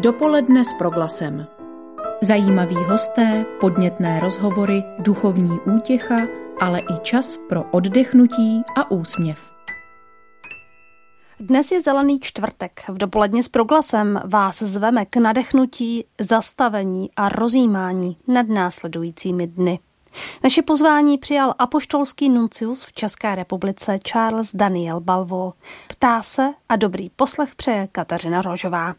Dopoledne s Proglasem. Zajímaví hosté, podnětné rozhovory, duchovní útěcha, ale i čas pro oddechnutí a úsměv. Dnes je Zelený čtvrtek. V Dopoledně s Proglasem vás zveme k nadechnutí, zastavení a rozjímání nad následujícími dny. Naše pozvání přijal apoštolský nuncius v České republice Charles Daniel Balvo. Ptá se a dobrý poslech přeje Kateřina Rožová.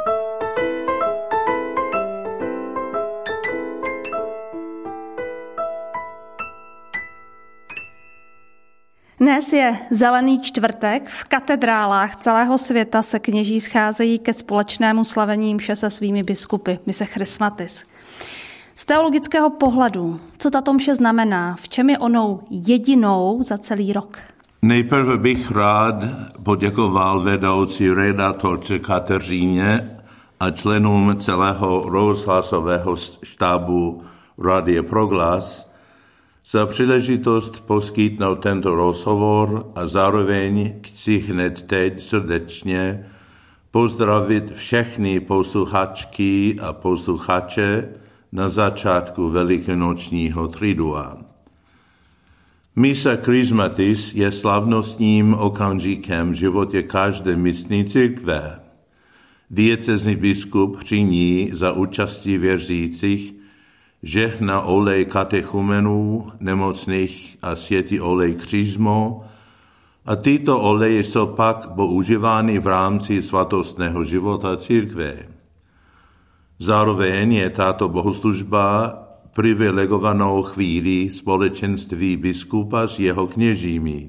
Dnes je Zelený čtvrtek. V katedrálách celého světa se kněží scházejí ke společnému slavení mše se svými biskupy, mise Chrismatis. Z teologického pohledu, co tato mše znamená, v čem je onou jedinou za celý rok? Nejprve bych rád poděkoval vedoucí redaktorce Kateřině a členům celého rozhlasového štábu Rádia Proglas za příležitost poskytnout tento rozhovor a zároveň chci hned teď srdečně pozdravit všechny posluchačky a posluchače na začátku velikonočního tridua. Mise Chrismatis je slavnostním okamžikem v životě každé místní církve. Diecézní biskup při ní za účastí věřících žehná olej katechumenů, nemocných a světí olej křižmo a tyto oleje jsou pak používány v rámci svatostného života církve. Zároveň je tato bohoslužba privilegovanou chvíli společenství biskupa s jeho kněžími.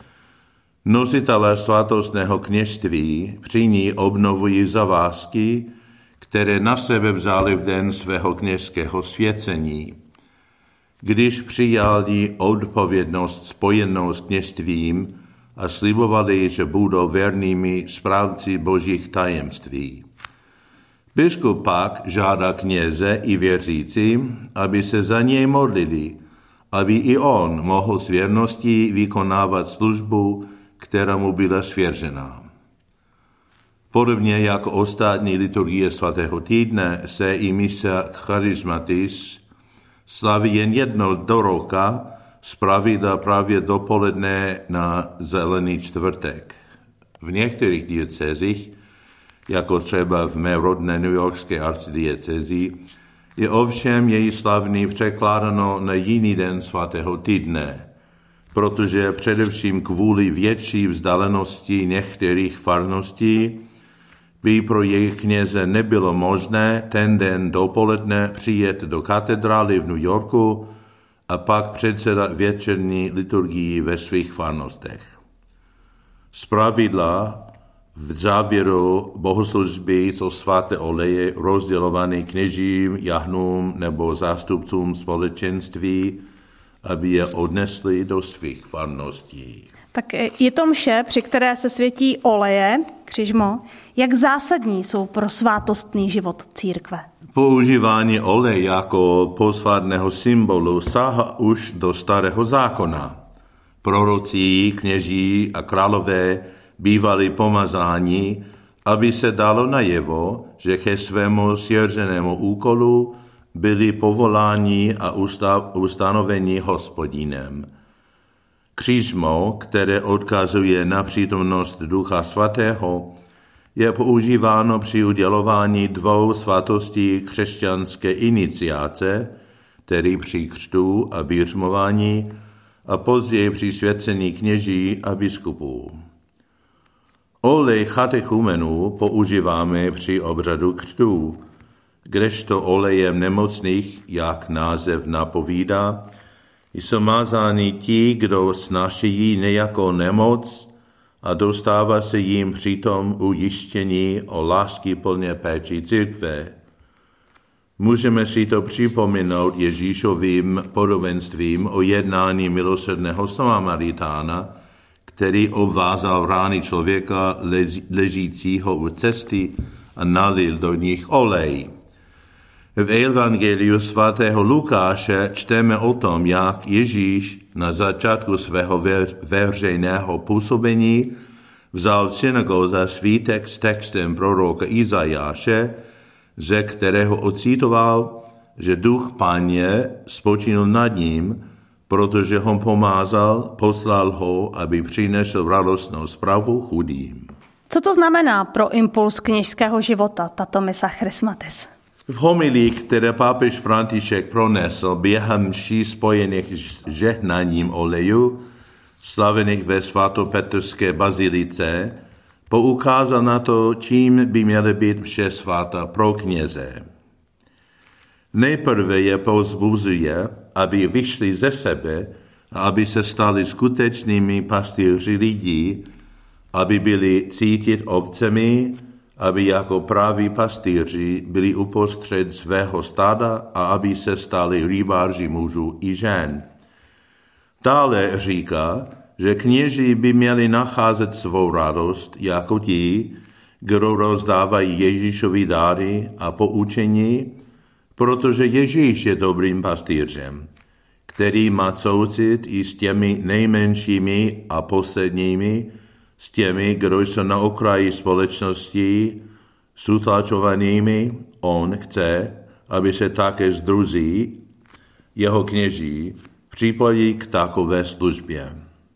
Nositelé svatostného kněžství při ní obnovují závazky, které na sebe vzali v den svého kněžského svěcení. Když přijali odpovědnost spojenou s kněžstvím a slibovali, že budou věrnými správci božích tajemství. Biskup pak žádá kněze i věřící, aby se za něj modlili, aby i on mohl s věrností vykonávat službu, která mu byla svěřena. Podobně jako ostatní liturgie svatého týdne se i mise Chrismatis slaví jen jednou do roka, zpravidla právě dopoledne na Zelený čtvrtek. V některých diecézích, jako třeba v mé rodné newyorské arcidiecézi, je ovšem její slavní překládáno na jiný den svatého týdne, protože především kvůli větší vzdálenosti některých farností by pro jejich kněze nebylo možné ten den dopoledne přijet do katedrály v New Yorku a pak předsedat večerní liturgii ve svých farnostech. Zpravidla v závěru bohoslužby jsou svaté oleje rozdělované kněžím, jahnům nebo zástupcům společenství, aby je odnesli do svých farností. Tak je to mše, při které se světí oleje, křižmo. Jak zásadní jsou pro svátostný život církve? Používání oleje jako posvátného symbolu sahá už do Starého zákona. Proroci, kněží a králové bývali pomazáni, aby se dalo najevo, že ke svému svěřenému úkolu byli povoláni a ustanoveni Hospodinem. Křížmo, které odkazuje na přítomnost Ducha Svatého, je používáno při udělování dvou svatostí křesťanské iniciace, tedy při křtu a bířmování, a později při svěcení kněží a biskupů. Olej katechumenů používáme při obřadu křtu, kdežto olejem nemocných, jak název napovídá, jsou mázáni ti, kdo snášejí nějakou nemoc a dostává se jim přitom ujištění o láskyplné péči církve. Můžeme si to připomenout Ježíšovým podobenstvím o jednání milosrdného Samaritána, který obvázal rány člověka ležícího u cesty a nalil do nich olej. V evangeliu svatého Lukáše čteme o tom, jak Ježíš na začátku svého veřejného působení vzal v synagoze svítek s textem proroka Izajáše, ze kterého ocitoval, že duch Páně spočinul nad ním, protože ho pomázal, poslal ho, aby přinesl radostnou zprávu chudým. Co to znamená pro impuls kněžského života, tato misa Chrismatis? V homilii, které papež František pronesl během mší spojených s žehnaním oleju, slavených ve svatopetrské bazilice, poukázal na to, čím by měly být mše sváta pro kněze. Nejprve je povzbuzuje, aby vyšli ze sebe a aby se stali skutečnými pastýři lidí, aby byli cítit ovcemi, aby jako praví pastýři byli uprostřed svého stáda a aby se stali rybáři mužů i žen. Dále říká, že kněži by měli nacházet svou radost jako ti, kdo rozdávají Ježíšovi dáry a poučení, protože Ježíš je dobrým pastýřem, který má soucit i s těmi nejmenšími a posledními, s těmi, kdo jsou na okraji společnosti, s utlačovanými. On chce, aby se také zdruzí jeho kněží připojili k takové službě.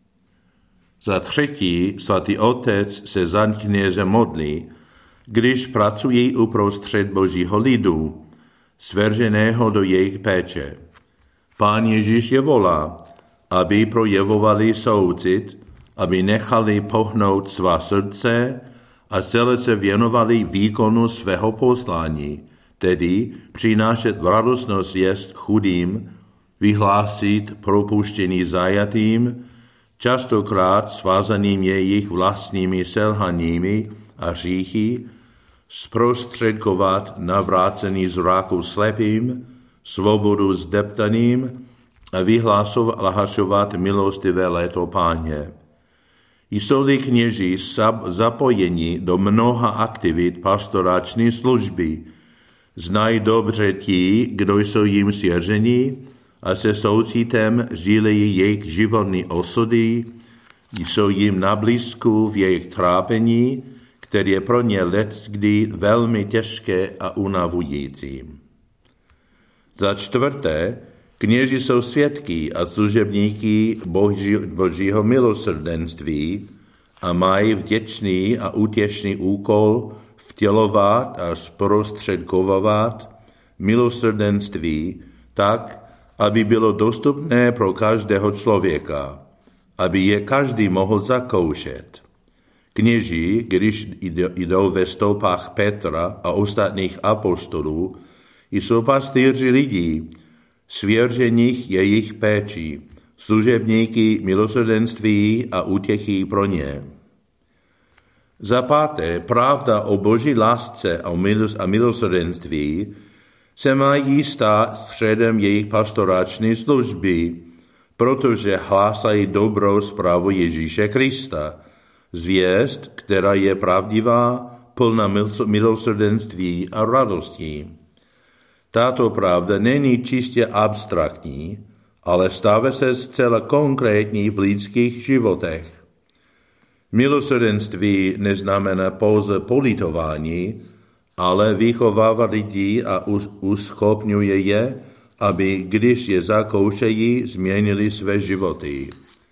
Za třetí, svatý otec se za kněze modlí, když pracují uprostřed božího lidu, svěřeného do jejich péče. Pán Ježíš je volá, aby projevovali soucit, aby nechali pohnout svá srdce a celé se věnovali výkonu svého poslání, tedy přinášet radostnou zvěst chudým, vyhlásit propuštění zajatým, častokrát svázaným jejich vlastními selhaními a hříchy, zprostředkovat navrácený zraku slepým, svobodu zdeptaným a vyhlašovat milostivé léto Páně. Jsou-li kněží zapojeni do mnoha aktivit pastorační služby, znají dobře ti, kdo jsou jim svěřeni a se soucitem sdílejí jejich životní osudy, jsou jim na blízku v jejich trápení, které je pro ně leckdy velmi těžké a unavující. Za čtvrté, kněži jsou svědky a služebníky božího milosrdenství a mají vděčný a útěšný úkol vtělovat a zprostředkovat milosrdenství tak, aby bylo dostupné pro každého člověka, aby je každý mohl zakoušet. Kněži, když jdou ve stopách Petra a ostatních apoštolů, jsou pastýři lidí, svěřených jejich péči, služebníky milosrdenství a útěchy pro ně. Za páté, pravda o boží lásce a milosrdenství se mají stát středem jejich pastorační služby, protože hlásají dobrou zprávu Ježíše Krista, zvěst, která je pravdivá, plná milosrdenství a radosti. Tato pravda není čistě abstraktní, ale stává se zcela konkrétní v lidských životech. Milosrdenství neznamená pouze politování, ale vychovává lidi a uschopňuje je, aby, když je zakoušejí, změnili své životy.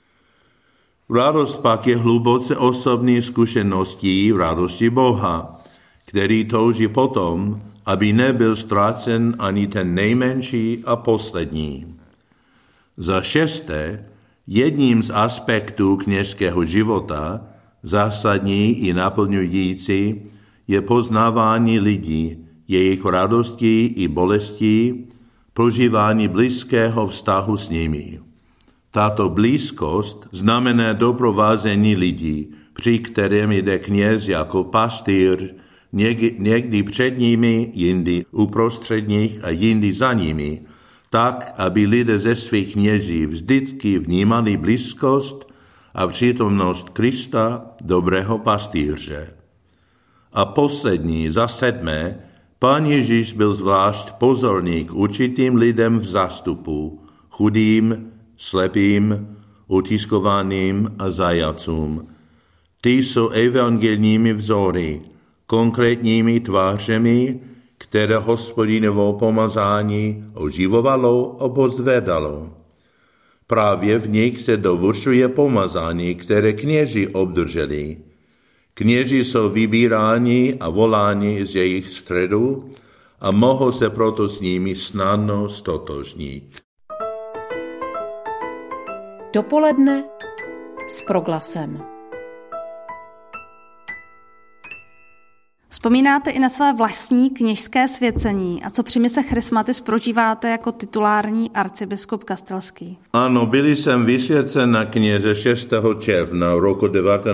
Radost pak je hluboce osobní zkušeností radosti Boha, který touží potom, aby nebyl ztracen ani ten nejmenší a poslední. Za šesté, jedním z aspektů kněžského života, zásadní i naplňující, je poznávání lidí, jejich radostí i bolestí, prožívání blízkého vztahu s nimi. Tato blízkost znamená doprovázení lidí, při kterém jde kněz jako pastýř, někdy před nimi, jindy uprostřed nich a jindy za nimi, tak, aby lidé ze svých kněží vždycky vnímali blízkost a přítomnost Krista, dobrého pastýře. A poslední, za sedmé, Pán Ježíš byl zvlášť pozorný k určitým lidem v zástupu, chudým, slepým, utiskovaným a zajatcům. Ty jsou evangelními vzory, konkrétními tvářemi, které Hospodinovo pomazání oživovalo a pozvedalo. Právě v nich se dovršuje pomazání, které kněži obdrželi. Kněži jsou vybíráni a voláni z jejich středu a mohou se proto s nimi snadno stotožnit. Dopoledne s Proglasem. Vzpomínáte i na své vlastní kněžské svěcení a co při mise Chrismatis prožíváte jako titulární arcibiskup kastelský? Ano, byl jsem vysvěcen na kněze 6. června roku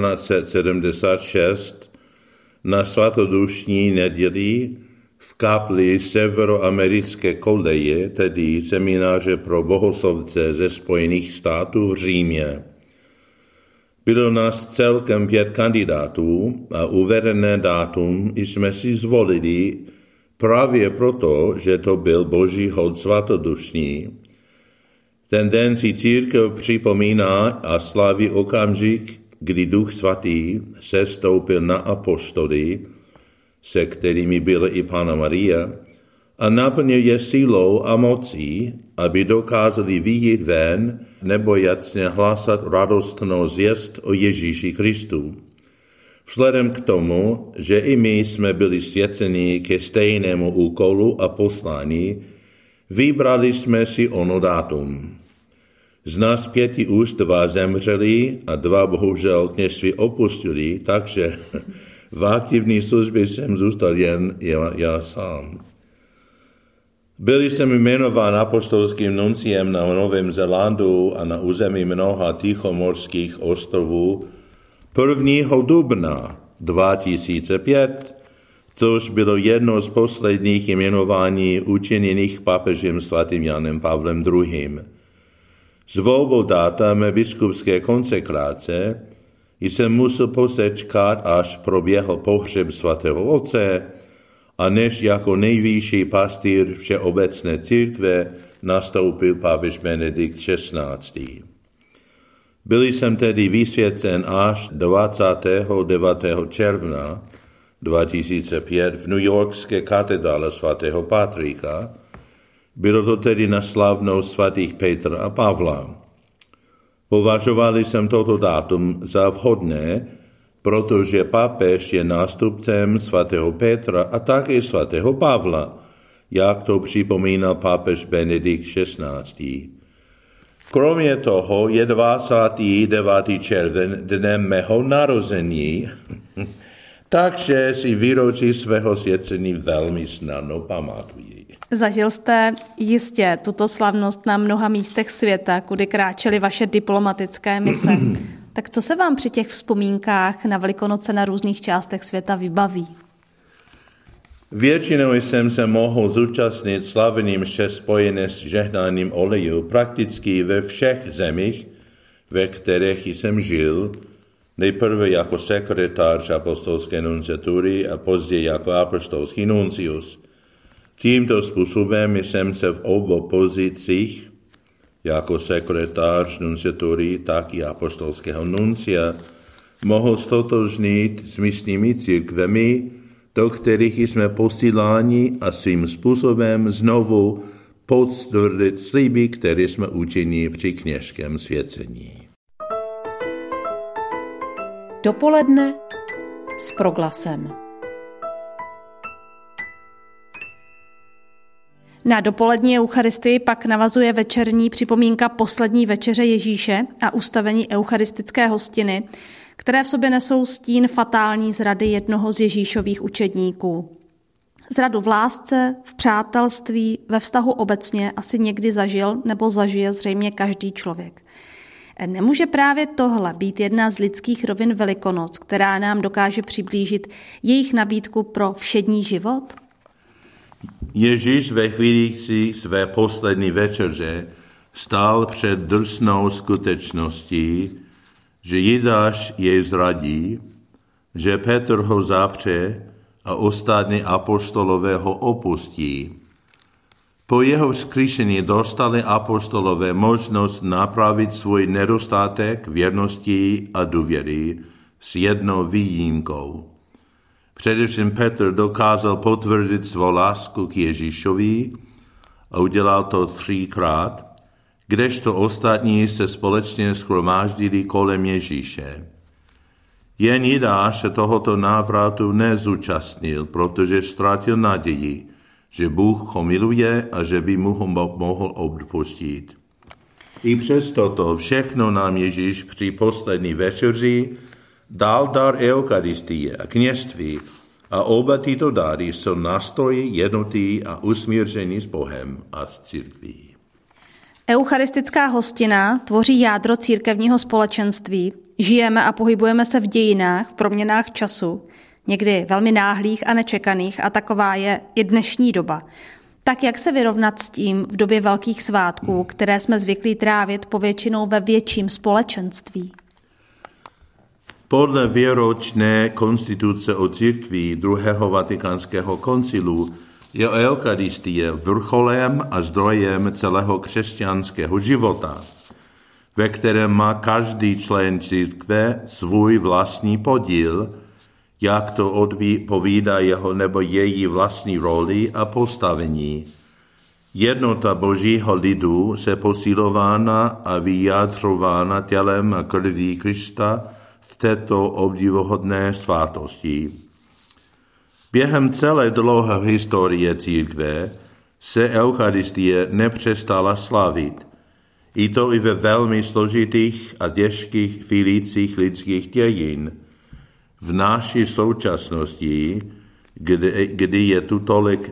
1976 na svatodušní neděli v kapli Severoamerické koleje, tedy semináře pro bohoslovce ze Spojených států v Římě. Bylo nás celkem 5 kandidátů a uvedené dátum jsme si zvolili právě proto, že to byl Boží hod svatodušní. Ten den si církev připomíná a slaví okamžik, kdy Duch Svatý sestoupil na apoštoly, se kterými byla i Panna Maria, a naplnil je silou a mocí, aby dokázali vyjít ven nebo jasně hlásat radostnou zvěst o Ježíši Kristu. Vzhledem k tomu, že i my jsme byli svěceni ke stejnému úkolu a poslání, vybrali jsme si ono dátum. Z nás 5 už 2 zemřeli a 2 bohužel kněžství opustili, takže v aktivní službě jsem zůstal jen já sám. Byl jsem jmenován apoštolským nunciem na Novém Zélandu a na území mnoha tichomorských ostrovů 1. dubna 2005, což bylo jedno z posledních jmenování učiněných papežem svatým Janem Pavlem II. Z volbou data mé biskupské konsekrace jsem musel posečkat, až proběhl pohřeb svatého otce, a než jako nejvyšší pastýř všeobecné církve nastoupil papež Benedikt XVI. Byl jsem tedy vysvěcen až 29. června 2005 v newyorské katedrále svatého Patrika. Bylo to tedy na slavnou svatých Petra a Pavla. Považovali jsem toto dátum za vhodné, protože papež je nástupcem svatého Petra a také svatého Pavla, jak to připomínal papež Benedikt XVI. Kromě toho je 29. červen dnem mého narození, takže si výročí svého svěcení velmi snadno pamatuji. Zažil jste jistě tuto slavnost na mnoha místech světa, kudy kráčely vaše diplomatické mise. Tak co se vám při těch vzpomínkách na Velikonoce na různých částech světa vybaví? Většinou jsem se mohl zúčastnit slavení mše spojené s žehnáním oleju prakticky ve všech zemích, ve kterých jsem žil, nejprve jako sekretář apostolské nunciatury a později jako apoštolský nuncius. Tímto způsobem jsem se v obou pozicích, jako sekretář nunciatury, tak i apoštolského nuncia, mohl stotožnit s místními církvemi, do kterých jsme posíláni a svým způsobem znovu potvrdit sliby, které jsme učinili při kněžském svěcení. Dopoledne s Proglasem. Na dopolední eucharistii pak navazuje večerní připomínka poslední večeře Ježíše a ustavení eucharistické hostiny, které v sobě nesou stín fatální zrady jednoho z Ježíšových učedníků. Zradu v lásce, v přátelství, ve vztahu obecně asi někdy zažil nebo zažije zřejmě každý člověk. Nemůže právě tohle být jedna z lidských rovin Velikonoc, která nám dokáže přiblížit jejich nabídku pro všední život? Ježíš ve chvíli své poslední večeře stál před drsnou skutečností, že Judáš jej zradí, že Petr ho zapře a ostatní apoštolové ho opustí. Po jeho vzkříšení dostali apoštolové možnost napravit svůj nedostatek věrnosti a důvěry s jednou výjimkou. Především Petr dokázal potvrdit svou lásku k Ježíšovi a udělal to 3krát, kdežto ostatní se společně shromáždili kolem Ježíše. Jen Jidáš se tohoto návratu nezúčastnil, protože ztratil naději, že Bůh ho miluje a že by mu ho mohl odpustit. I přes toto všechno nám Ježíš při poslední večeři dal dar eucharistie a kněžství a oba tyto dary jsou nástroji jednoty a usmíření s Bohem a s církví. Eucharistická hostina tvoří jádro církevního společenství. Žijeme a pohybujeme se v dějinách, v proměnách času, někdy velmi náhlých a nečekaných, a taková je i dnešní doba. Tak jak se vyrovnat s tím v době velkých svátků, které jsme zvyklí trávit povětšinou ve větším společenství? Podle výročné konstituce o církvi druhého vatikánského koncilu je eucharistie vrcholem a zdrojem celého křesťanského života, ve kterém má každý člen církve svůj vlastní podíl, jak to odpovídá jeho nebo její vlastní roli a postavení. Jednota Božího lidu se posilována a vyjadřována tělem a krví Krista v této obdivuhodné svátosti. Během celé dlouhé historie církve se eucharistie nepřestala slavit. I to i ve velmi složitých a těžkých chvílicích lidských dějin. V naší současnosti, kdy je tu tolik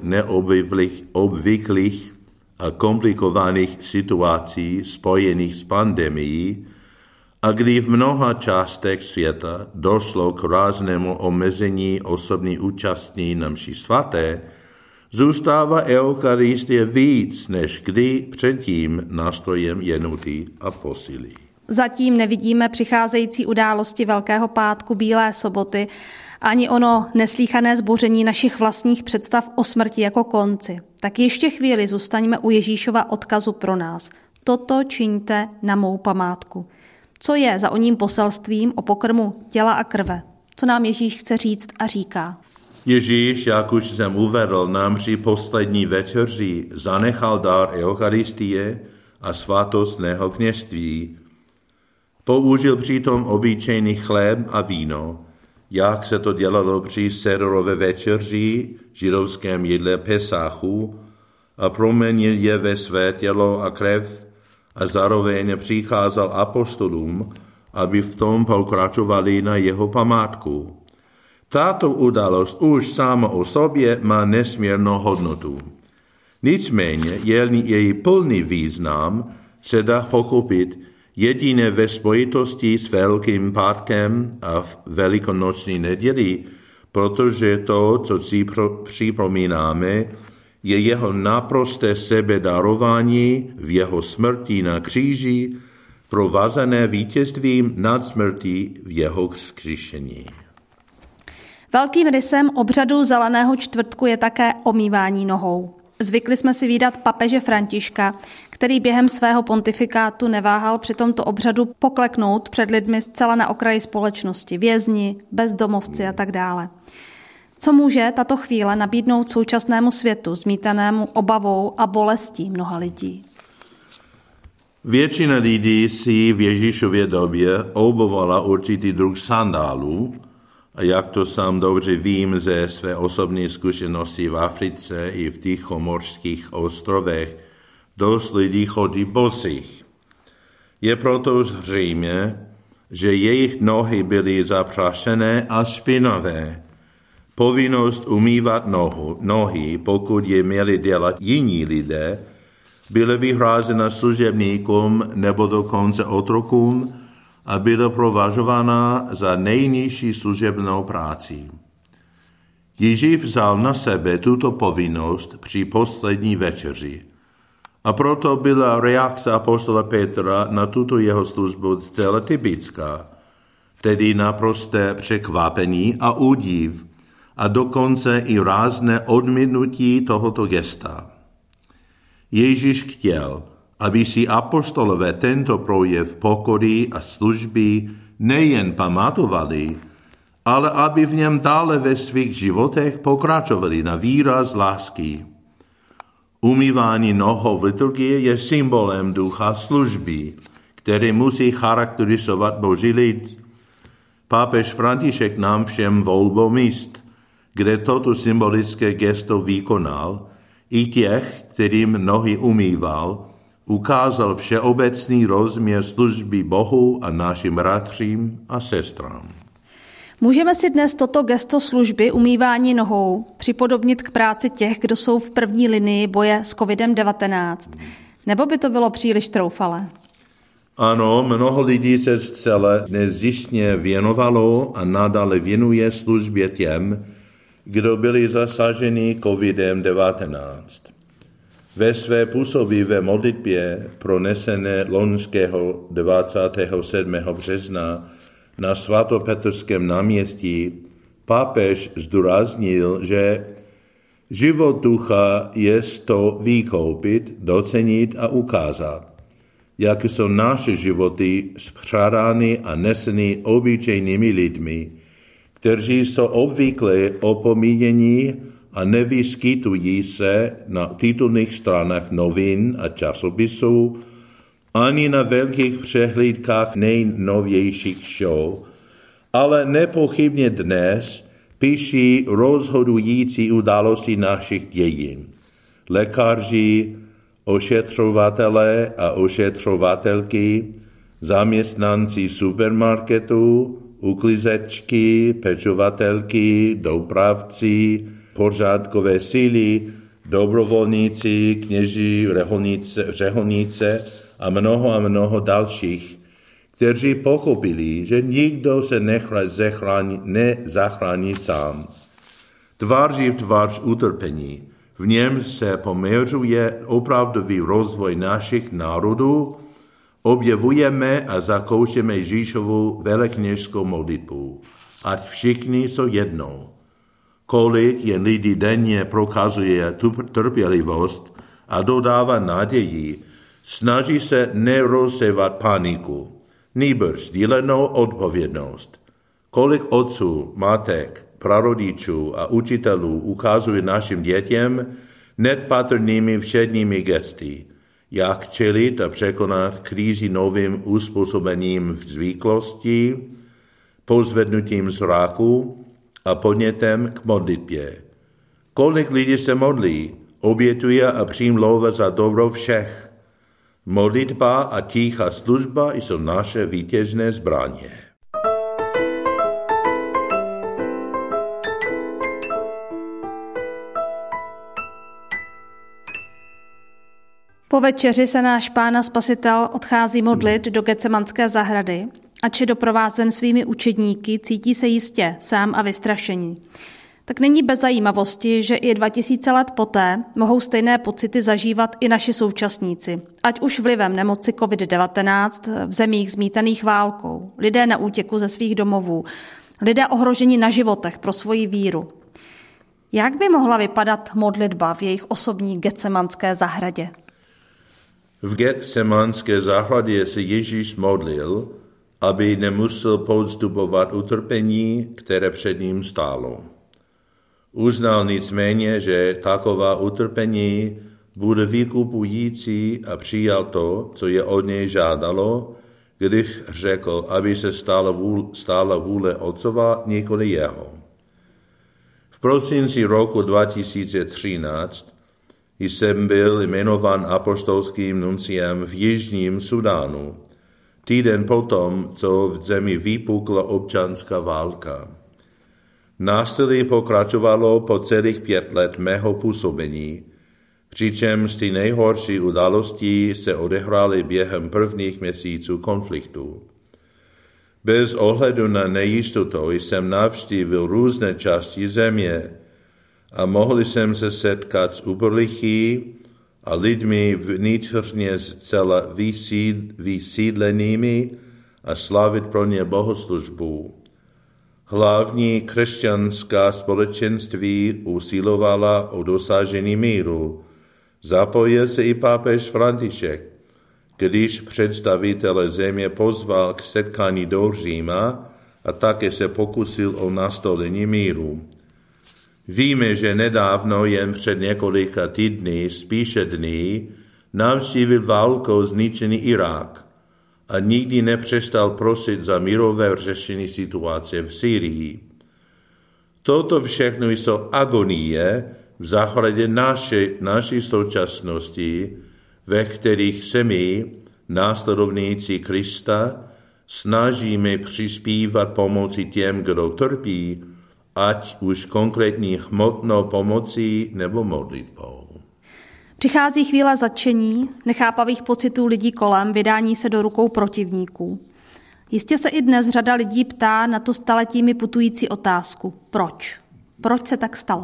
neobvyklých a komplikovaných situací spojených s pandemií, a kdy v mnoha částech světa došlo k ráznému omezení osobní účastní na mši svaté, zůstává eucharistie víc než kdy předtím nástrojem jednoty a posily. Zatím nevidíme přicházející události Velkého pátku, Bílé soboty, ani ono neslýchané zboření našich vlastních představ o smrti jako konci. Tak ještě chvíli zůstaňme u Ježíšova odkazu pro nás. Toto čiňte na mou památku. Co je za oním poselstvím o pokrmu těla a krve? Co nám Ježíš chce říct a říká? Ježíš, jak už jsem uvedl, nám při poslední večeři zanechal dar eucharistie a svatostného kněžství. Použil přitom obyčejný chléb a víno, jak se to dělalo při Sederové večeři, židovském jídle Pesachu, a proměnil je ve své tělo a krev a zároveň přikázal apoštolům, aby v tom pokračovali na jeho památku. Tato událost už sama o sobě má nesmírnou hodnotu. Nicméně její plný význam se dá pochopit jedině ve spojitosti s Velkým pátkem a Velikonoční neděli, protože to, co si připomínáme, je jeho naprosté sebedarování v jeho smrti na kříži, provázané vítězstvím nad smrtí v jeho vzkříšení. Velkým rysem obřadu Zeleného čtvrtku je také omývání nohou. Zvykli jsme si vídat papeže Františka, který během svého pontifikátu neváhal při tomto obřadu pokleknout před lidmi zcela na okraji společnosti, vězni, bezdomovci a tak dále. Co může tato chvíle nabídnout současnému světu, zmítanému obavou a bolestí mnoha lidí? Většina lidí si v Ježíšově době obuvovala určitý druh sandálů, a jak to sám dobře vím ze své osobní zkušenosti v Africe i v Tichomořských ostrovech, dost lidí chodí bosých. Je proto zřejmé, že jejich nohy byly zaprášené a špinavé. Povinnost umývat nohy, pokud je měli dělat jiní lidé, byla vyhrazena služebníkům nebo dokonce otrokům a byla provažována za nejnižší služebnou práci. Ježíš vzal na sebe tuto povinnost při poslední večeři a proto byla reakce apoštola Petra na tuto jeho službu zcela typická, tedy naprosté překvapení a údiv a dokonce i rázné odmítnutí tohoto gesta. Ježíš chtěl, aby si apoštolové tento projev pokory a služby nejen pamatovali, ale aby v něm dále ve svých životech pokračovali na výraz lásky. Umývání nohou v liturgii je symbolem ducha služby, který musí charakterizovat Boží lid. Pápež František nám všem volbou míst, kde toto symbolické gesto vykonal, i těch, kterým nohy umýval, ukázal všeobecný rozměr služby Bohu a našim bratřím a sestrám. Můžeme si dnes toto gesto služby umývání nohou připodobnit k práci těch, kdo jsou v první linii boje s COVID-19? Nebo by to bylo příliš troufalé? Ano, mnoho lidí se zcela nezištně věnovalo a nadále věnuje službě těm, kdo byli zasaženi COVID-19. Ve své působivé modlitbě pronesené loňského 27. března na svatopetrském náměstí pápež zdůraznil, že život ducha je to vykoupit, docenit a ukázat, jak jsou naše životy spřádány a neseny obyčejnými lidmi, kteří jsou obvykle opomíjení a nevyskytují se na titulních stranách novin a časopisů, ani na velkých přehlídkách nejnovějších show, ale nepochybně dnes píší rozhodující události našich dějin. Lékaři, ošetřovatelé a ošetřovatelky, zaměstnanci supermarketů, uklízečky, pečovatelky, dopravci, pořádkové síly, dobrovolníci, kněží, řeholnice a mnoho dalších, kteří pochopili, že nikdo se nezachrání sám. Tváří v tvář utrpení, v něm se poměřuje opravdový rozvoj našich národů, objevujeme a zakoušíme Ježíšovu velekněžskou modlitbu. Ať všichni jsou jednou. Kolik jen lidí denně prokazuje trpělivost a dodává naději, snaží se nerozsévat paniku, nýbrž sdílenou odpovědnost. Kolik otců, matek, prarodičů a učitelů ukazuje našim dětem nepatrnými všedními gesty, jak čelit a překonat krízi novým uspůsobením zvyklostí, pozvednutím zraku a podnětem k modlitbě. Kolik lidí se modlí, obětuje a přimlouvá za dobro všech. Modlitba a tichá služba jsou naše vítězné zbraně. Po večeři se náš Pán a Spasitel odchází modlit do Getsemanské zahrady, ač je doprovázen svými učedníky, cítí se jistě sám a vystrašení. Tak není bez zajímavosti, že i 2000 let poté mohou stejné pocity zažívat i naši současníci, ať už vlivem nemoci COVID-19 v zemích zmítaných válkou, lidé na útěku ze svých domovů, lidé ohroženi na životech pro svoji víru. Jak by mohla vypadat modlitba v jejich osobní Getsemanské zahradě? V Getsemanské zahradě se Ježíš modlil, aby nemusel podstupovat utrpení, které před ním stálo. Uznal nicméně, že taková utrpení bude vykupující a přijal to, co je od něj žádalo, když řekl, aby se stala vůle Otcova, nikoli jeho. V prosinci roku 2013 jsem byl jmenován apoštolským nunciem v Jižním Sudánu, týden potom, co v zemi vypukla občanská válka. Násilí pokračovalo po celých 5 let mého působení, přičemž ty nejhorší události se odehrály během prvních měsíců konfliktu. Bez ohledu na nejistotu jsem navštívil různé části země a mohl jsem se setkat s uprchlíky a lidmi vnitřně zcela vysídlenými a slavit pro ně bohoslužbu. Hlavní křesťanská společenství usilovala o dosažení míru. Zapojil se i pápež František, když představitele země pozval k setkání do Říma a také se pokusil o nastolení míru. Víme, že nedávno, jen před několika týdny, spíše dny, navštívil válkou zničený Irák a nikdy nepřestal prosit za mírové řešení situace v Syrii. Toto všechno jsou agonie v základě naší současnosti, ve kterých se my, následovníci Krista, snažíme přispívat pomoci těm, kdo trpí, ať už konkrétní hmotnou pomocí nebo modlitbou. Přichází chvíle zatčení, nechápavých pocitů lidí kolem, vydání se do rukou protivníků. Jistě se i dnes řada lidí ptá na to staletími putující otázku. Proč? Proč se tak stalo?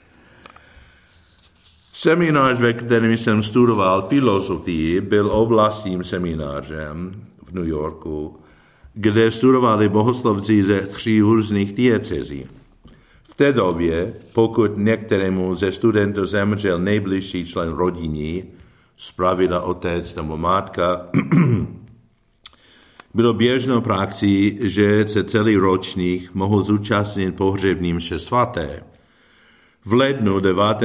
Seminář, ve kterém jsem studoval filozofii, byl oblastním seminářem v New Yorku, kde studovali bohoslovci ze 3 různých diecezí. V té době, pokud některému ze studentů zemřel nejbližší člen rodiny, zpravidla otec nebo matka, bylo běžnou praxí, že se celý ročník mohl zúčastnit pohřební mše svaté. V lednu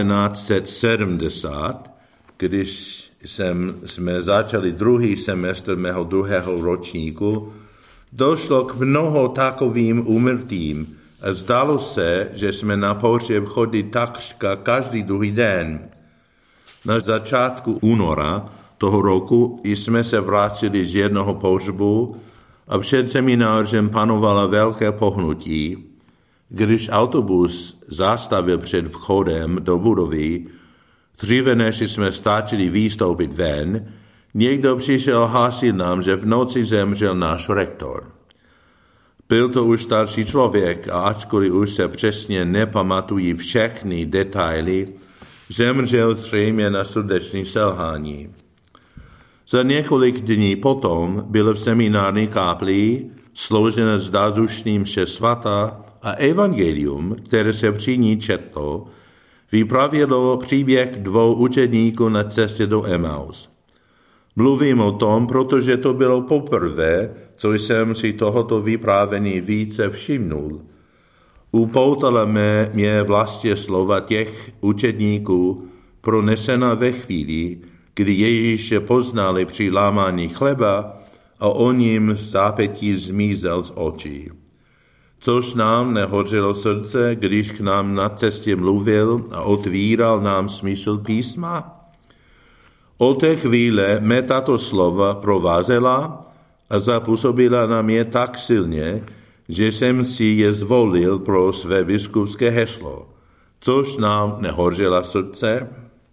1970, když jsme začali druhý semestr mého druhého ročníku, došlo k mnoho takovým úmrtím a zdalo se, že jsme na pohřeb chodili takřka každý druhý den. Na začátku února toho roku jsme se vrátili z jednoho pohřbu a před seminářem panovala velké pohnutí. Když autobus zastavil před vchodem do budovy, dříve než jsme stačili vystoupit ven, někdo přišel hlásit nám, že v noci zemřel náš rektor. Byl to už starší člověk a ačkoliv už se přesně nepamatují všechny detaily, zemřel zřejmě na srdeční selhání. Za několik dní potom bylo v seminární kapli složeno zdazušní mše svatá a evangelium, které se při ní četlo, vyprávělo příběh 2 učedníků na cestě do Emaus. Mluvím o tom, protože to bylo poprvé, co jsem si tohoto vyprávění více všimnul. Upoutala mě vlastně slova těch učedníků pronesena ve chvíli, kdy Ježíše poznali při lámání chleba a on jim zápětí zmizel z očí. Což nám nehořelo srdce, když k nám na cestě mluvil a otvíral nám smysl písma? Od té chvíle mě tato slova provázela a zapůsobila na mě tak silně, že jsem si je zvolil pro své biskupské heslo. Což nám nehořelo srdce?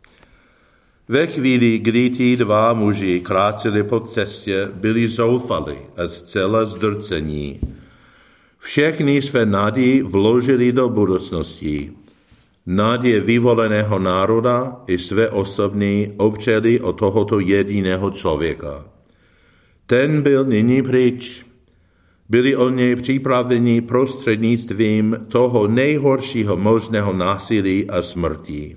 Ve chvíli, kdy ti 2 muži kráčeli po cestě, byli zoufali a zcela zdrcení. Všechny své naděje vložili do budoucnosti. Naděje vyvoleného národa i své osobní opřeli o tohoto jediného člověka. Ten byl nyní pryč. Byli o něj připraveni prostřednictvím toho nejhoršího možného násilí a smrti.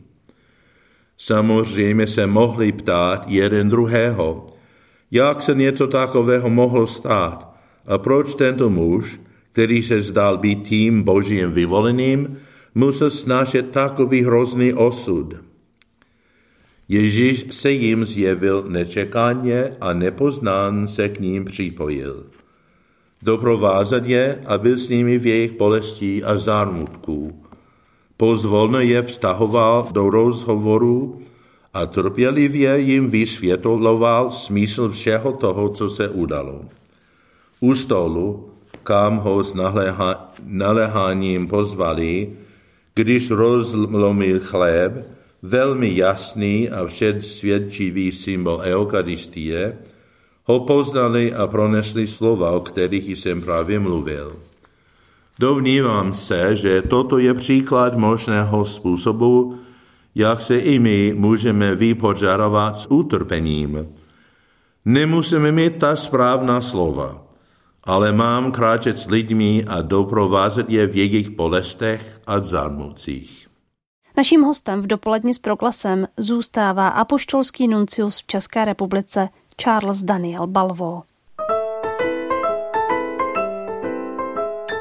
Samozřejmě se mohli ptát jeden druhého, jak se něco takového mohlo stát a proč tento muž, který se zdál být tím božím vyvoleným, musel snášet takový hrozný osud. Ježíš se jim zjevil nečekaně a nepoznán se k ním připojil. Doprovázet je a byl s nimi v jejich bolesti a zármutku. Pozvolna je vztahoval do rozhovoru a trpělivě jim vysvětloval smysl všeho toho, co se udalo. U stolu, kam ho s naléháním pozvali, když rozlomil chléb, velmi jasný a předsvědčivý symbol eucharistie, ho poznali a pronesli slova, o kterých jsem právě mluvil. Domnívám se, že toto je příklad možného způsobu, jak se i my můžeme vypořádovat s utrpením. Nemusíme mít ta správná slova, ale mám kráčet s lidmi a doprovázet je v jejich bolestech a zármutcích. Naším hostem v Dopoledni s proglasem zůstává apoštolský nuncius v České republice Charles Daniel Balvo.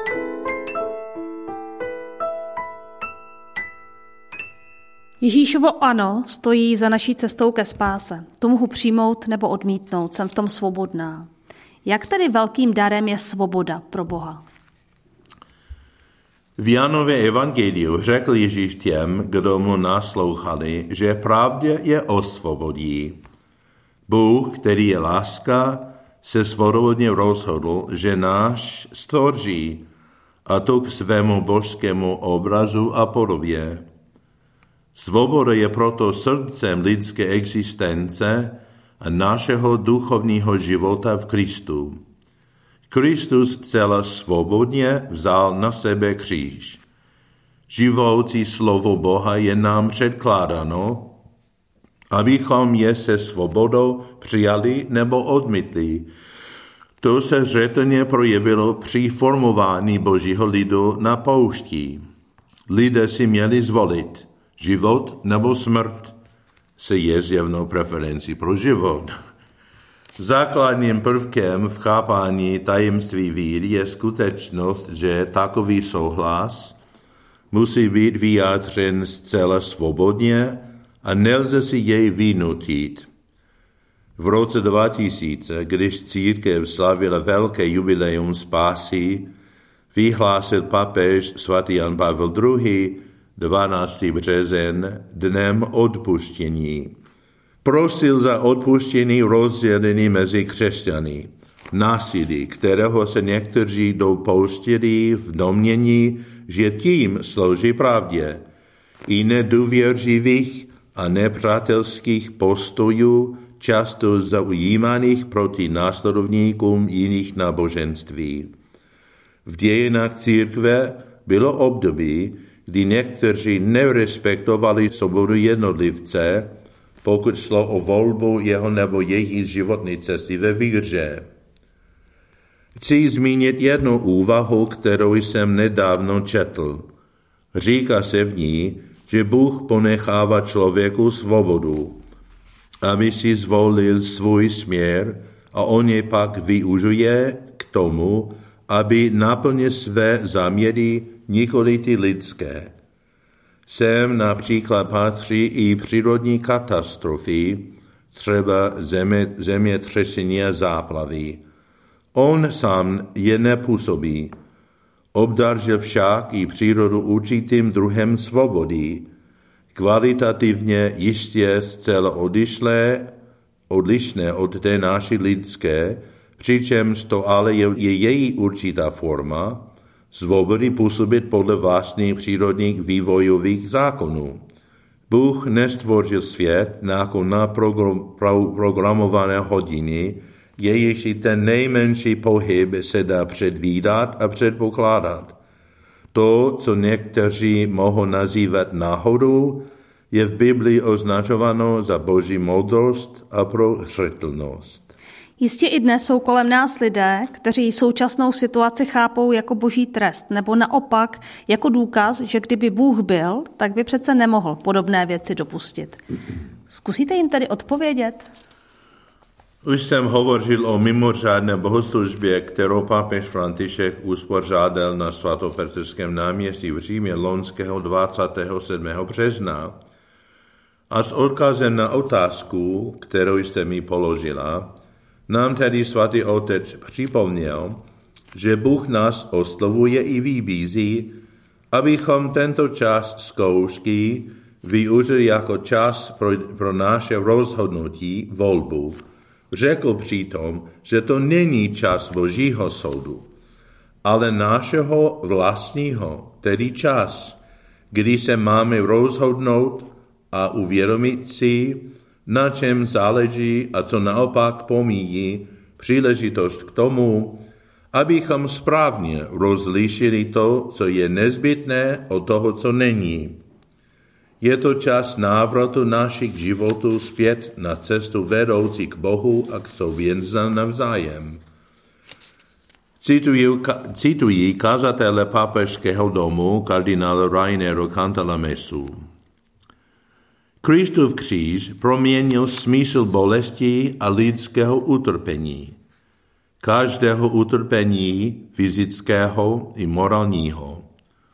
Ježíšovo ano stojí za naší cestou ke spáse. Tu mohu přijmout nebo odmítnout, jsem v tom svobodná. Jak tedy velkým darem je svoboda pro Boha? V Janově evangeliu řekl Ježíš těm, kdo mu naslouchali, že pravdě je osvobodí. Bůh, který je láska, se svobodně rozhodl, že nás stvoří, a to k svému božskému obrazu a podobě. Svoboda je proto srdcem lidské existence a našeho duchovního života v Kristu. Kristus zcela svobodně vzal na sebe kříž. Živoucí slovo Boha je nám předkládáno, abychom je se svobodou přijali nebo odmítli. To se zřetelně projevilo při formování Božího lidu na poušti. Lidé si měli zvolit život nebo smrt, se je zjevnou preferencí pro život. Základním prvkem v chápání tajemství víry je skutečnost, že takový souhlas musí být vyjádřen zcela svobodně a nelze si jej vynutit. V roce 2000, když církev slavila velké jubileum spásy, vyhlásil papež svatý Jan Pavel II. 12. březen dnem odpuštění. Prosil za odpuštění rozdělení mezi křesťany, násilí, kterého se někteří dopustili v domnění, že tím slouží pravdě, i nedůvěřivých a nepřátelských postojů, často zaujímaných proti následovníkům jiných náboženství. V dějinách církve bylo období, kdy někteří nerespektovali svobodu jednotlivce, pokud šlo o volbu jeho nebo její životní cesty ve víře. Chci zmínit jednu úvahu, kterou jsem nedávno četl. Říká se v ní, že Bůh ponechává člověku svobodu, aby si zvolil svůj směr a on je pak využije k tomu, aby naplnil své záměry, nikoli ty lidské. Sem například patří i přírodní katastrofy, třeba zemětřesení a záplavy. On sám je nepůsobí. Obdaržil však i přírodu určitým druhem svobody, kvalitativně jistě zcela odlišné od té naší lidské, přičemž to ale je její určitá forma, svobody působit podle vlastních přírodních vývojových zákonů. Bůh nestvořil svět jako na programované hodiny, jejichž i ten nejmenší pohyb se dá předvídat a předpokládat. To, co někteří mohou nazývat náhodou, je v Biblii označováno za Boží moudrost a prozřetelnost. Jistě i dnes jsou kolem nás lidé, kteří současnou situaci chápou jako boží trest, nebo naopak jako důkaz, že kdyby Bůh byl, tak by přece nemohl podobné věci dopustit. Zkusíte jim tedy odpovědět? Už jsem hovořil o mimořádné bohoslužbě, kterou papež František uspořádal na svatopetrském náměstí v Římě loňského 27. března. A s odkazem na otázku, kterou jste mi položila, nám tedy svatý otec připomněl, že Bůh nás oslovuje i vybízí, abychom tento čas zkoušky využili jako čas pro naše rozhodnutí, volbu. Řekl přitom, že to není čas Božího soudu, ale našeho vlastního, tedy čas, kdy se máme rozhodnout a uvědomit si, na čem záleží a co naopak pomíjí příležitost k tomu, abychom správně rozlišili to, co je nezbytné, od toho, co není. Je to čas návratu našich životů zpět na cestu vedoucí k Bohu a k sobě navzájem. Cituji kazatele papežského domu kardinála Rainera Cantalamesu. Kristův kříž proměnil smysl bolesti a lidského utrpení. Každého utrpení fyzického i morálního.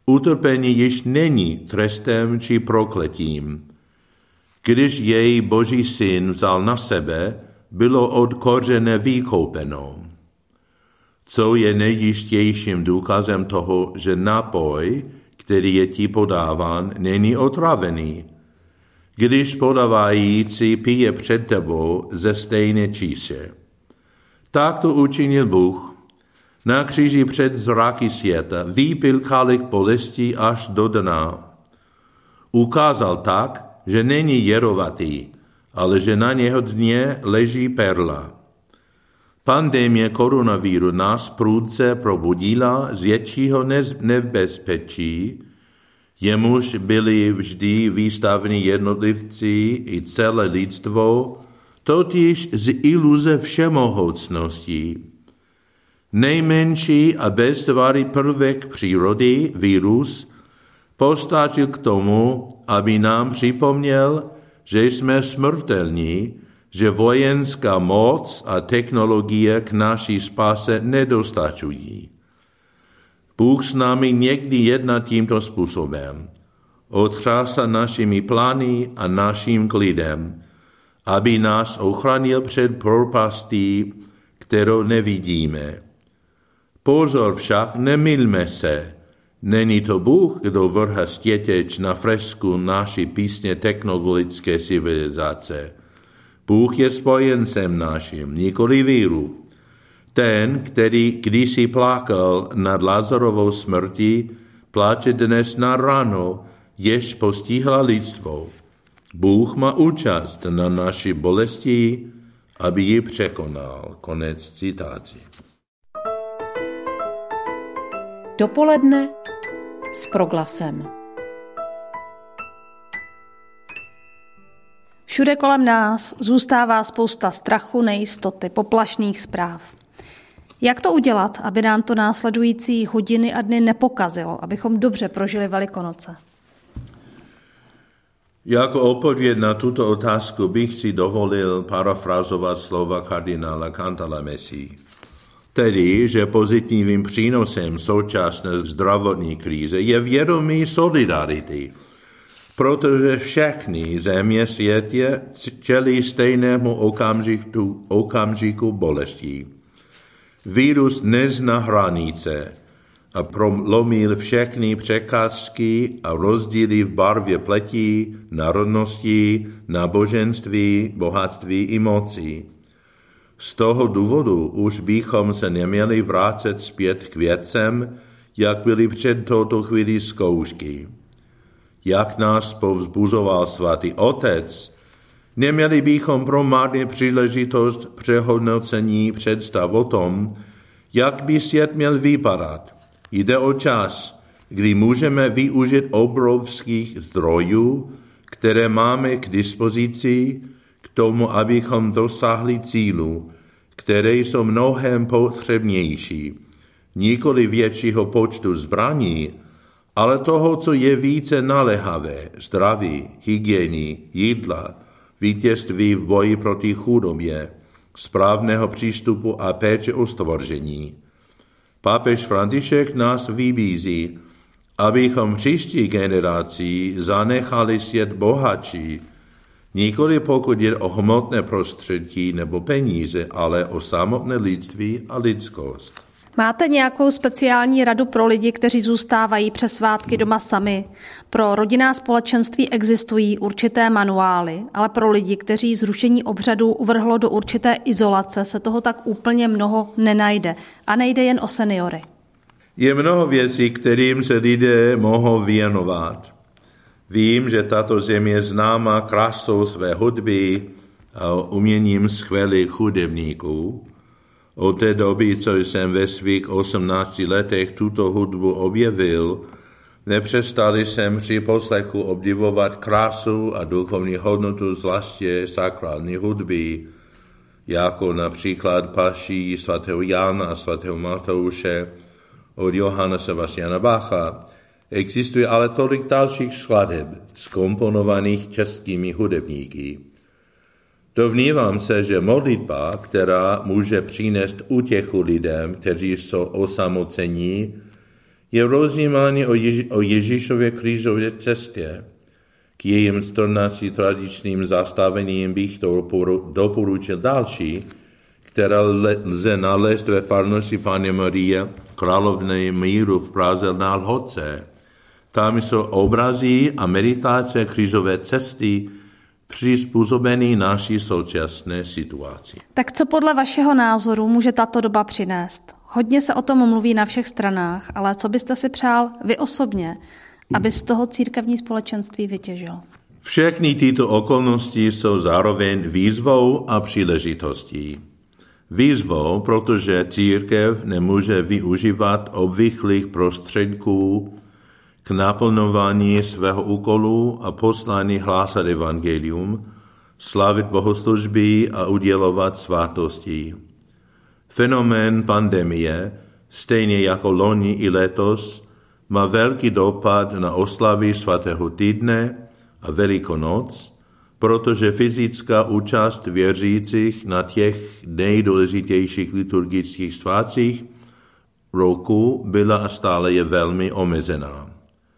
Utrpení již není trestem či prokletím. Když jej Boží syn vzal na sebe, bylo od kořene vykoupeno. Co je nejjistějším důkazem toho, že nápoj, který je ti podáván, není otravený. Když podávající pije před tebou ze stejné číše. Tak to učinil Bůh. Na kříži před zraky světa vypil kalich bolesti až do dna. Ukázal tak, že není jedovatý, ale že na něho dně leží perla. Pandemie koronaviru nás prudce probudila z většího nebezpečí, jemuž byli vždy výstavní jednotlivci i celé lidstvo, totiž z iluze všemohoucnosti. Nejmenší a beztvarý prvek přírody, virus, postačil k tomu, aby nám připomněl, že jsme smrtelní, že vojenská moc a technologie k naší spáse nedostačují. Bůh s námi někdy jedná tímto způsobem. Otřásá našimi plány a naším klidem, aby nás ochránil před propastí, kterou nevidíme. Pozor však, nemylme se. Není to Bůh, kdo vrhá stěteč na fresku naší písně technologické civilizace. Bůh je spojencem naším, nikoli víru. Ten, který kdysi plakal nad Lazarovou smrtí, pláče dnes na ráno, jež postihla lidstvo. Bůh má účast na naší bolesti, aby ji překonal. Konec citácie. Dopoledne s Proglasem. Všude kolem nás zůstává spousta strachu, nejistoty, poplašných zpráv. Jak to udělat, aby nám to následující hodiny a dny nepokazilo, abychom dobře prožili Velikonoce? Jako odpověď na tuto otázku bych si dovolil parafrazovat slova kardinála Cantalamessa. Tedy, že pozitivním přínosem současné zdravotní krize je vědomí solidarity, protože všechny země světě čelí stejnému okamžiku bolesti. Virus nezná hranice a prolomil všechny překážky a rozdíly v barvě pleti, národnosti, náboženství, bohatství i moci. Z toho důvodu už bychom se neměli vrátit zpět k věcem, jak byly před touto chvíli zkoušky. Jak nás povzbuzoval svatý Otec, neměli bychom promarnit příležitost přehodnocení představ o tom, jak by svět měl vypadat. Jde o čas, kdy můžeme využít obrovských zdrojů, které máme k dispozici, k tomu, abychom dosáhli cílu, které jsou mnohem potřebnější. Nikoli většího počtu zbraní, ale toho, co je více naléhavé, zdraví, hygieny, jídla, vítězství v boji proti chudobě, správného přístupu a péče o stvoření. Papež František nás vybízí, abychom příští generaci zanechali svět bohatší, nikoli pokud je o hmotné prostředí nebo peníze, ale o samotné lidství a lidskost. Máte nějakou speciální radu pro lidi, kteří zůstávají přes svátky doma sami? Pro rodinná společenství existují určité manuály, ale pro lidi, kteří zrušení obřadů uvrhlo do určité izolace, se toho tak úplně mnoho nenajde. A nejde jen o seniory. Je mnoho věcí, kterým se lidé mohou věnovat. Vím, že tato země je známá krásou své hudby a uměním skvělých hudebníků. Od té doby, co jsem ve svých 18 letech tuto hudbu objevil, nepřestali jsem při poslechu obdivovat krásu a duchovní hodnotu zvláště sakrální hudby, jako například paší svatého Jana a svatého Matouše od Johanna Sebastiana Bacha. Existuje ale tolik dalších skladeb, zkomponovaných českými hudebníky. Dovnívám se, že modlitba, která může přinést útěchu lidem, kteří jsou osamocení, je rozjímání o Ježíšově křížové cestě. K jejím 14 tradičním zastavením bych doporučil další, které lze nalézt ve farnosti Panny Marie Královny míru v Praze na Lhotce. Tam jsou obrazy a meditace křížové cesty přizpůsobený naší současné situaci. Tak co podle vašeho názoru může tato doba přinést? Hodně se o tom mluví na všech stranách, ale co byste si přál vy osobně, aby z toho církevní společenství vytěžil? Všechny tyto okolnosti jsou zároveň výzvou a příležitostí. Výzvou, protože církev nemůže využívat obvyklých prostředků k naplňování svého úkolu a poslání hlásat evangelium, slavit bohoslužby a udělovat svátosti. Fenomén pandemie, stejně jako loni i letos, má velký dopad na oslavy svatého týdne a Velikonoc, protože fyzická účast věřících na těch nejdůležitějších liturgických svátcích roku byla a stále je velmi omezená.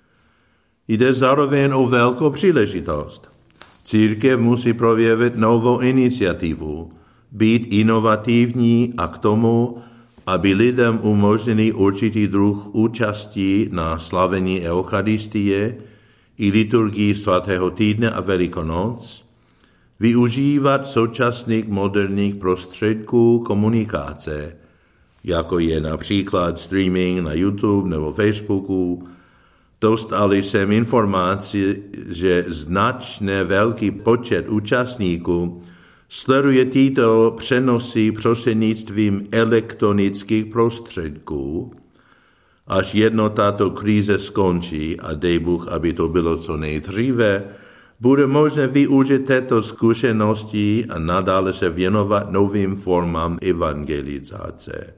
Jde zároveň o velkou příležitost. Církev musí projevit novou iniciativu, být inovativní a k tomu, aby lidem umožnili určitý druh účastí na slavení Eucharistie i liturgii svatého týdne a Velikonoc, využívat současných moderních prostředků komunikace, jako je například streaming na YouTube nebo Facebooku. Dostali jsem informaci, že značně velký počet účastníků sleduje tyto přenosy prostřednictvím elektronických prostředků, až jedno tato krize skončí, a dej Bůh, aby to bylo co nejdříve, bude možné využít této zkušenosti a nadále se věnovat novým formám evangelizace.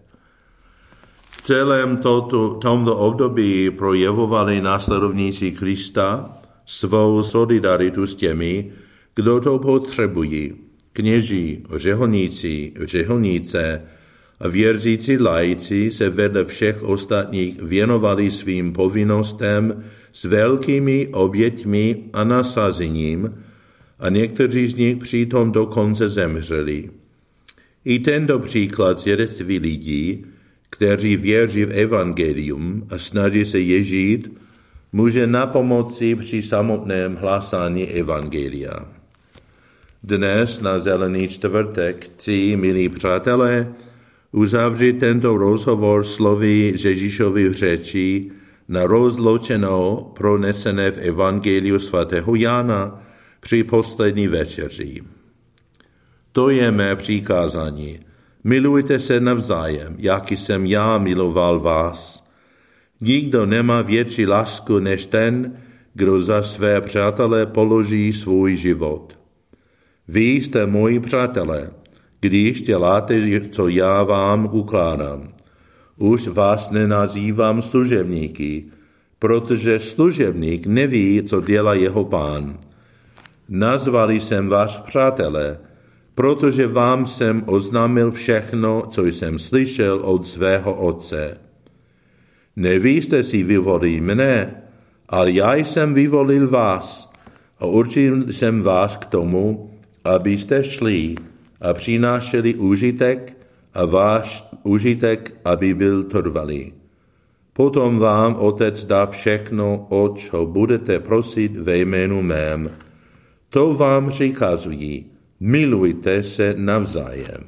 V celém tomto období projevovali následovníci Krista svou solidaritu s těmi, kdo to potřebují. Kněží, řeholníci, řeholnice a věřící laici se vedle všech ostatních věnovali svým povinnostem s velkými oběťmi a nasazením a někteří z nich přitom dokonce zemřeli. I tento příklad svědectví lidí, kteří věří v evangelium a snaží se je žít, může napomoci při samotném hlásání evangelia. Dnes na Zelený čtvrtek chci, milí přátelé, uzavřít tento rozhovor slovy Ježíšovy řeči na rozloučenou pronesené v evangeliu svatého Jana při poslední večeři. To je mé přikázání. Milujte se navzájem, jak jsem já miloval vás. Nikdo nemá větší lásku než ten, kdo za své přátelé položí svůj život. Vy jste moji přátelé, když děláte, co já vám ukládám. Už vás nenazývám služebníky, protože služebník neví, co dělá jeho pán. Nazvali jsem vás přátelé, protože vám jsem oznámil všechno, co jsem slyšel od svého otce. Ne vy jste si vyvolili mne, ale já jsem vyvolil vás a určil jsem vás k tomu, abyste šli a přinášeli užitek a váš užitek, aby byl trvalý. Potom vám Otec dá všechno, o co budete prosit ve jménu mém. To vám přikazují. Milujte se navzájem.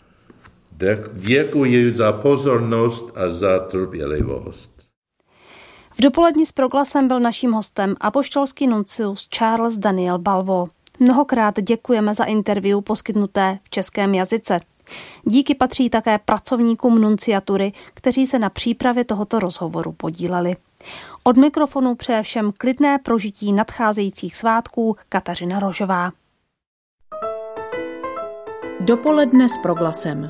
Děkuji za pozornost a za trpělivost. V dopoledni s Proglasem byl naším hostem apoštolský nuncius Charles Daniel Balvo. Mnohokrát děkujeme za interview poskytnuté v českém jazyce. Díky patří také pracovníkům nunciatury, kteří se na přípravě tohoto rozhovoru podíleli. Od mikrofonu přeje všem klidné prožití nadcházejících svátků Kateřina Rožová. Dopoledne s Proglasem.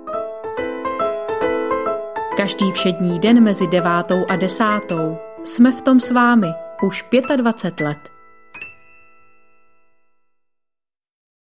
Každý všední den mezi 9. a 10. jsme v tom s vámi už 25 let.